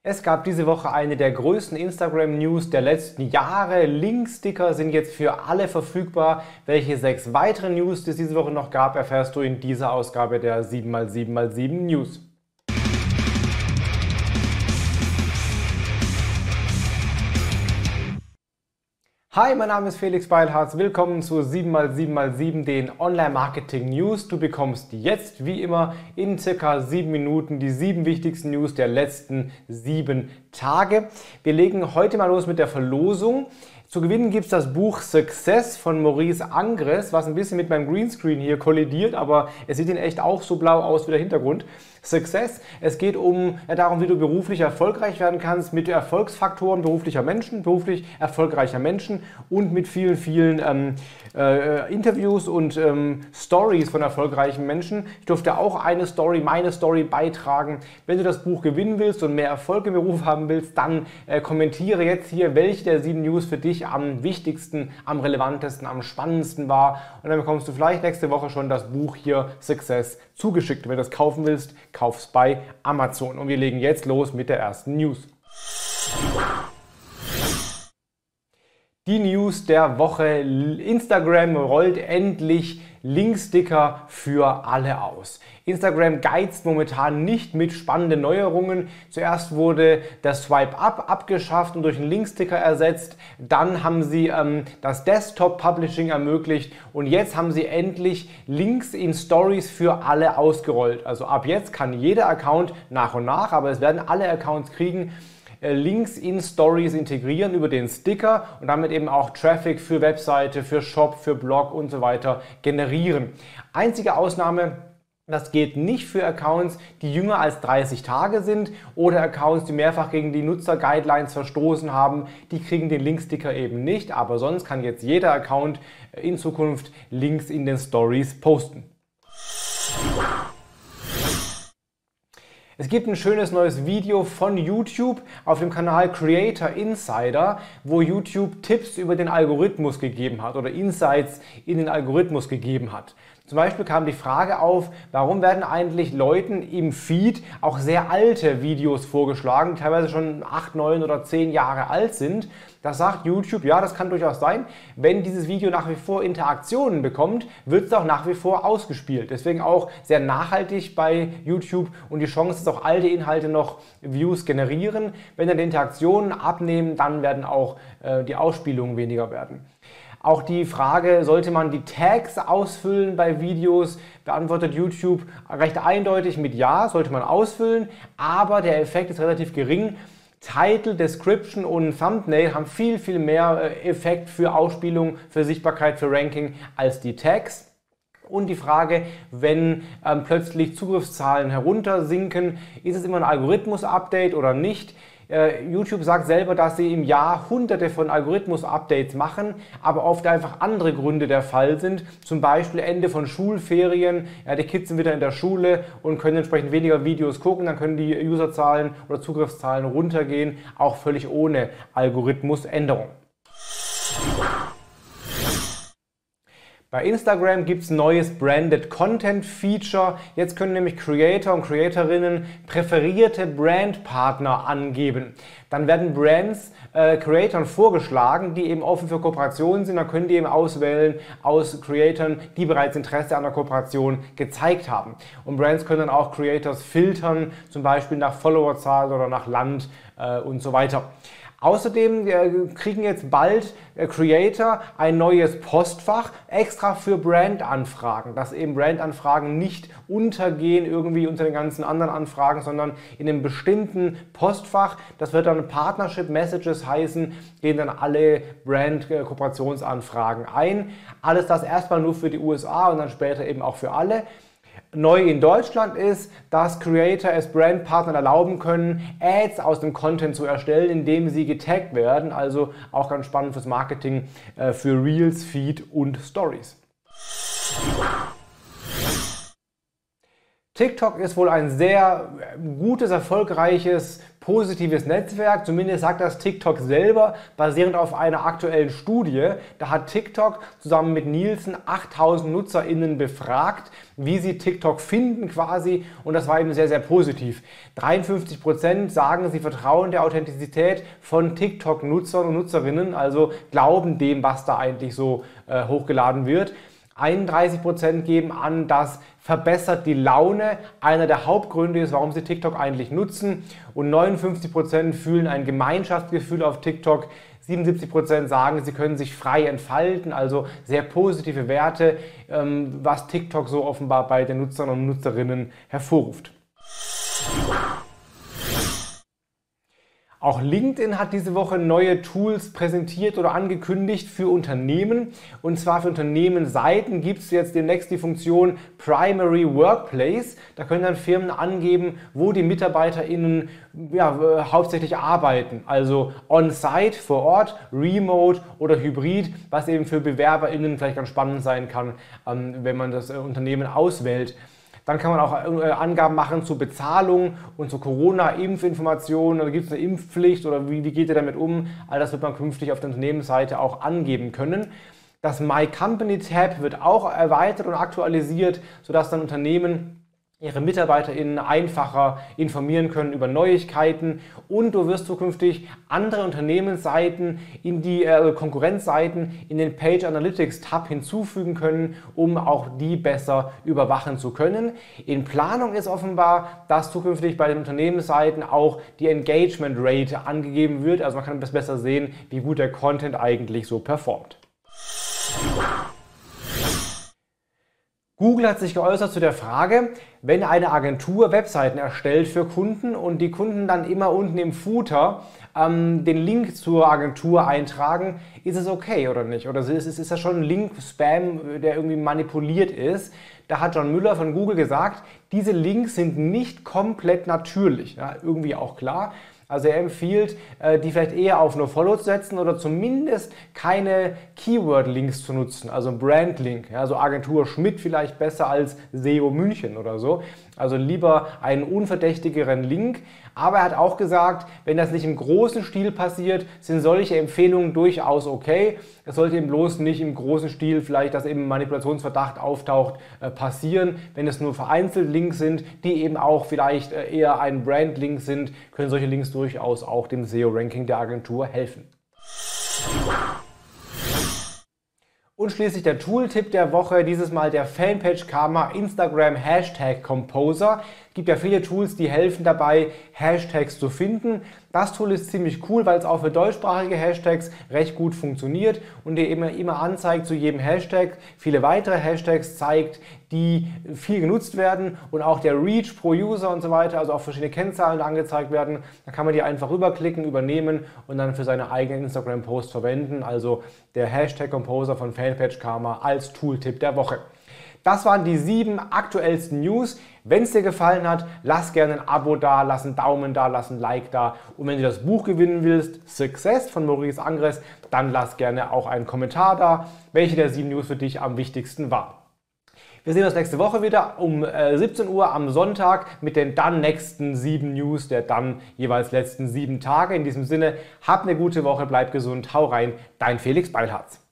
Es gab diese Woche eine der größten Instagram-News der letzten Jahre. Linksticker sind jetzt für alle verfügbar. Welche 6 weitere News es diese Woche noch gab, erfährst du in dieser Ausgabe der 7x7x7 News. Hi, mein Name ist Felix Beilharz. Willkommen zu 7x7x7, den Online-Marketing-News. Du bekommst jetzt, wie immer, in circa 7 Minuten die 7 wichtigsten News der letzten 7 Tage. Wir legen heute mal los mit der Verlosung. Zu gewinnen gibt es das Buch Success von Maurice Angres, was ein bisschen mit meinem Greenscreen hier kollidiert, aber es sieht in echt auch so blau aus wie der Hintergrund. Success, es geht darum, wie du beruflich erfolgreich werden kannst mit Erfolgsfaktoren beruflich erfolgreicher Menschen und mit vielen Interviews und Stories von erfolgreichen Menschen. Ich durfte auch meine Story beitragen. Wenn du das Buch gewinnen willst und mehr Erfolg im Beruf haben willst, dann kommentiere jetzt hier, welche der 7 News für dich am wichtigsten, am relevantesten, am spannendsten war. Und dann bekommst du vielleicht nächste Woche schon das Buch hier Success zugeschickt. Wenn du das kaufen willst, kauf's bei Amazon. Und wir legen jetzt los mit der ersten News. Die News der Woche: Instagram rollt endlich Linksticker für alle aus. Instagram geizt momentan nicht mit spannenden Neuerungen. Zuerst wurde der Swipe Up abgeschafft und durch einen Linksticker ersetzt. Dann haben sie das Desktop Publishing ermöglicht und jetzt haben sie endlich Links in Stories für alle ausgerollt. Also ab jetzt kann jeder Account nach und nach, aber es werden alle Accounts kriegen, Links in Stories integrieren über den Sticker und damit eben auch Traffic für Webseite, für Shop, für Blog und so weiter generieren. Einzige Ausnahme: das geht nicht für Accounts, die jünger als 30 Tage sind oder Accounts, die mehrfach gegen die Nutzer-Guidelines verstoßen haben. Die kriegen den Linksticker eben nicht, aber sonst kann jetzt jeder Account in Zukunft Links in den Stories posten. Es gibt ein schönes neues Video von YouTube auf dem Kanal Creator Insider, wo YouTube Tipps über den Algorithmus gegeben hat oder Insights in den Algorithmus gegeben hat. Zum Beispiel kam die Frage auf, warum werden eigentlich Leuten im Feed auch sehr alte Videos vorgeschlagen, die teilweise schon 8, 9 oder 10 Jahre alt sind. Da sagt YouTube, ja, das kann durchaus sein. Wenn dieses Video nach wie vor Interaktionen bekommt, wird es auch nach wie vor ausgespielt. Deswegen auch sehr nachhaltig bei YouTube und die Chance, dass auch alte Inhalte noch Views generieren. Wenn dann die Interaktionen abnehmen, dann werden auch die Ausspielungen weniger werden. Auch die Frage, sollte man die Tags ausfüllen bei Videos, beantwortet YouTube recht eindeutig mit Ja, sollte man ausfüllen, aber der Effekt ist relativ gering. Title, Description und Thumbnail haben viel mehr Effekt für Ausspielung, für Sichtbarkeit, für Ranking als die Tags. Und die Frage, wenn plötzlich Zugriffszahlen heruntersinken, ist es immer ein Algorithmus-Update oder nicht? YouTube sagt selber, dass sie im Jahr hunderte von Algorithmus-Updates machen, aber oft einfach andere Gründe der Fall sind. Zum Beispiel Ende von Schulferien, ja, die Kids sind wieder in der Schule und können entsprechend weniger Videos gucken, dann können die Userzahlen oder Zugriffszahlen runtergehen, auch völlig ohne Algorithmusänderung. Bei Instagram gibt es ein neues Branded Content Feature. Jetzt können nämlich Creator und Creatorinnen präferierte Brandpartner angeben. Dann werden Brands Creatoren vorgeschlagen, die eben offen für Kooperationen sind. Dann können die eben auswählen aus Creatoren, die bereits Interesse an der Kooperation gezeigt haben. Und Brands können dann auch Creators filtern, zum Beispiel nach Followerzahl oder nach Land und so weiter. Außerdem kriegen jetzt bald Creator ein neues Postfach extra für Brandanfragen, dass eben Brandanfragen nicht untergehen irgendwie unter den ganzen anderen Anfragen, sondern in einem bestimmten Postfach. Das wird dann Partnership Messages heißen, gehen dann alle Brand-Kooperationsanfragen ein. Alles das erstmal nur für die USA und dann später eben auch für alle. Neu in Deutschland ist, dass Creator es Brandpartnern erlauben können, Ads aus dem Content zu erstellen, indem sie getaggt werden. Also auch ganz spannend fürs Marketing für Reels, Feed und Stories. TikTok ist wohl ein sehr gutes, erfolgreiches positives Netzwerk, zumindest sagt das TikTok selber, basierend auf einer aktuellen Studie. Da hat TikTok zusammen mit Nielsen 8000 NutzerInnen befragt, wie sie TikTok finden quasi, und das war eben sehr, sehr positiv. 53% sagen, sie vertrauen der Authentizität von TikTok-Nutzern und Nutzerinnen, also glauben dem, was da eigentlich so hochgeladen wird. 31% geben an, dass verbessert die Laune einer der Hauptgründe ist, warum sie TikTok eigentlich nutzen, und 59% fühlen ein Gemeinschaftsgefühl auf TikTok. 77% sagen, sie können sich frei entfalten, also sehr positive Werte, was TikTok so offenbar bei den Nutzern und Nutzerinnen hervorruft. Auch LinkedIn hat diese Woche neue Tools präsentiert oder angekündigt für Unternehmen. Und zwar für Unternehmensseiten gibt es jetzt demnächst die Funktion Primary Workplace. Da können dann Firmen angeben, wo die MitarbeiterInnen hauptsächlich arbeiten. Also on-site, vor Ort, remote oder hybrid, was eben für BewerberInnen vielleicht ganz spannend sein kann, wenn man das Unternehmen auswählt. Dann kann man auch Angaben machen zur Bezahlung und zur Corona-Impfinformationen. Oder gibt es eine Impfpflicht oder wie geht ihr damit um? All das wird man künftig auf der Unternehmensseite auch angeben können. Das My Company Tab wird auch erweitert und aktualisiert, sodass dann Unternehmen ihre MitarbeiterInnen einfacher informieren können über Neuigkeiten, und du wirst zukünftig andere Unternehmensseiten in die Konkurrenzseiten in den Page Analytics Tab hinzufügen können, um auch die besser überwachen zu können. In Planung ist offenbar, dass zukünftig bei den Unternehmensseiten auch die Engagement Rate angegeben wird, also man kann besser sehen, wie gut der Content eigentlich so performt. Google hat sich geäußert zu der Frage, wenn eine Agentur Webseiten erstellt für Kunden und die Kunden dann immer unten im Footer den Link zur Agentur eintragen, ist es okay oder nicht? Oder ist das schon ein Link-Spam, der irgendwie manipuliert ist? Da hat John Müller von Google gesagt, diese Links sind nicht komplett natürlich. Ja, irgendwie auch klar. Also er empfiehlt, die vielleicht eher auf NoFollow zu setzen oder zumindest keine Keyword-Links zu nutzen, also Brand-Link, ja, also Agentur Schmidt vielleicht besser als SEO München oder so. Also lieber einen unverdächtigeren Link. Aber er hat auch gesagt, wenn das nicht im großen Stil passiert, sind solche Empfehlungen durchaus okay. Es sollte eben bloß nicht im großen Stil, vielleicht, dass eben Manipulationsverdacht auftaucht, passieren. Wenn es nur vereinzelt Links sind, die eben auch vielleicht eher ein Brand-Link sind, können solche Links durchaus auch dem SEO-Ranking der Agentur helfen. Und schließlich der Tooltip der Woche, dieses Mal der Fanpage Karma Instagram Hashtag Composer. Es gibt ja viele Tools, die helfen dabei, Hashtags zu finden. Das Tool ist ziemlich cool, weil es auch für deutschsprachige Hashtags recht gut funktioniert und dir immer anzeigt zu jedem Hashtag viele weitere Hashtags zeigt, die viel genutzt werden, und auch der Reach pro User und so weiter, also auch verschiedene Kennzahlen angezeigt werden. Da kann man die einfach rüberklicken, übernehmen und dann für seine eigenen Instagram-Posts verwenden. Also der Hashtag Composer von Fanpage Karma als Tooltip der Woche. Das waren die 7 aktuellsten News. Wenn es dir gefallen hat, lass gerne ein Abo da, lass einen Daumen da, lass ein Like da. Und wenn du das Buch gewinnen willst, Success von Maurice Angres, dann lass gerne auch einen Kommentar da, welche der 7 News für dich am wichtigsten war. Wir sehen uns nächste Woche wieder um 17 Uhr am Sonntag mit den dann nächsten 7 News der dann jeweils letzten 7 Tage. In diesem Sinne, hab eine gute Woche, bleib gesund, hau rein, dein Felix Beilharz.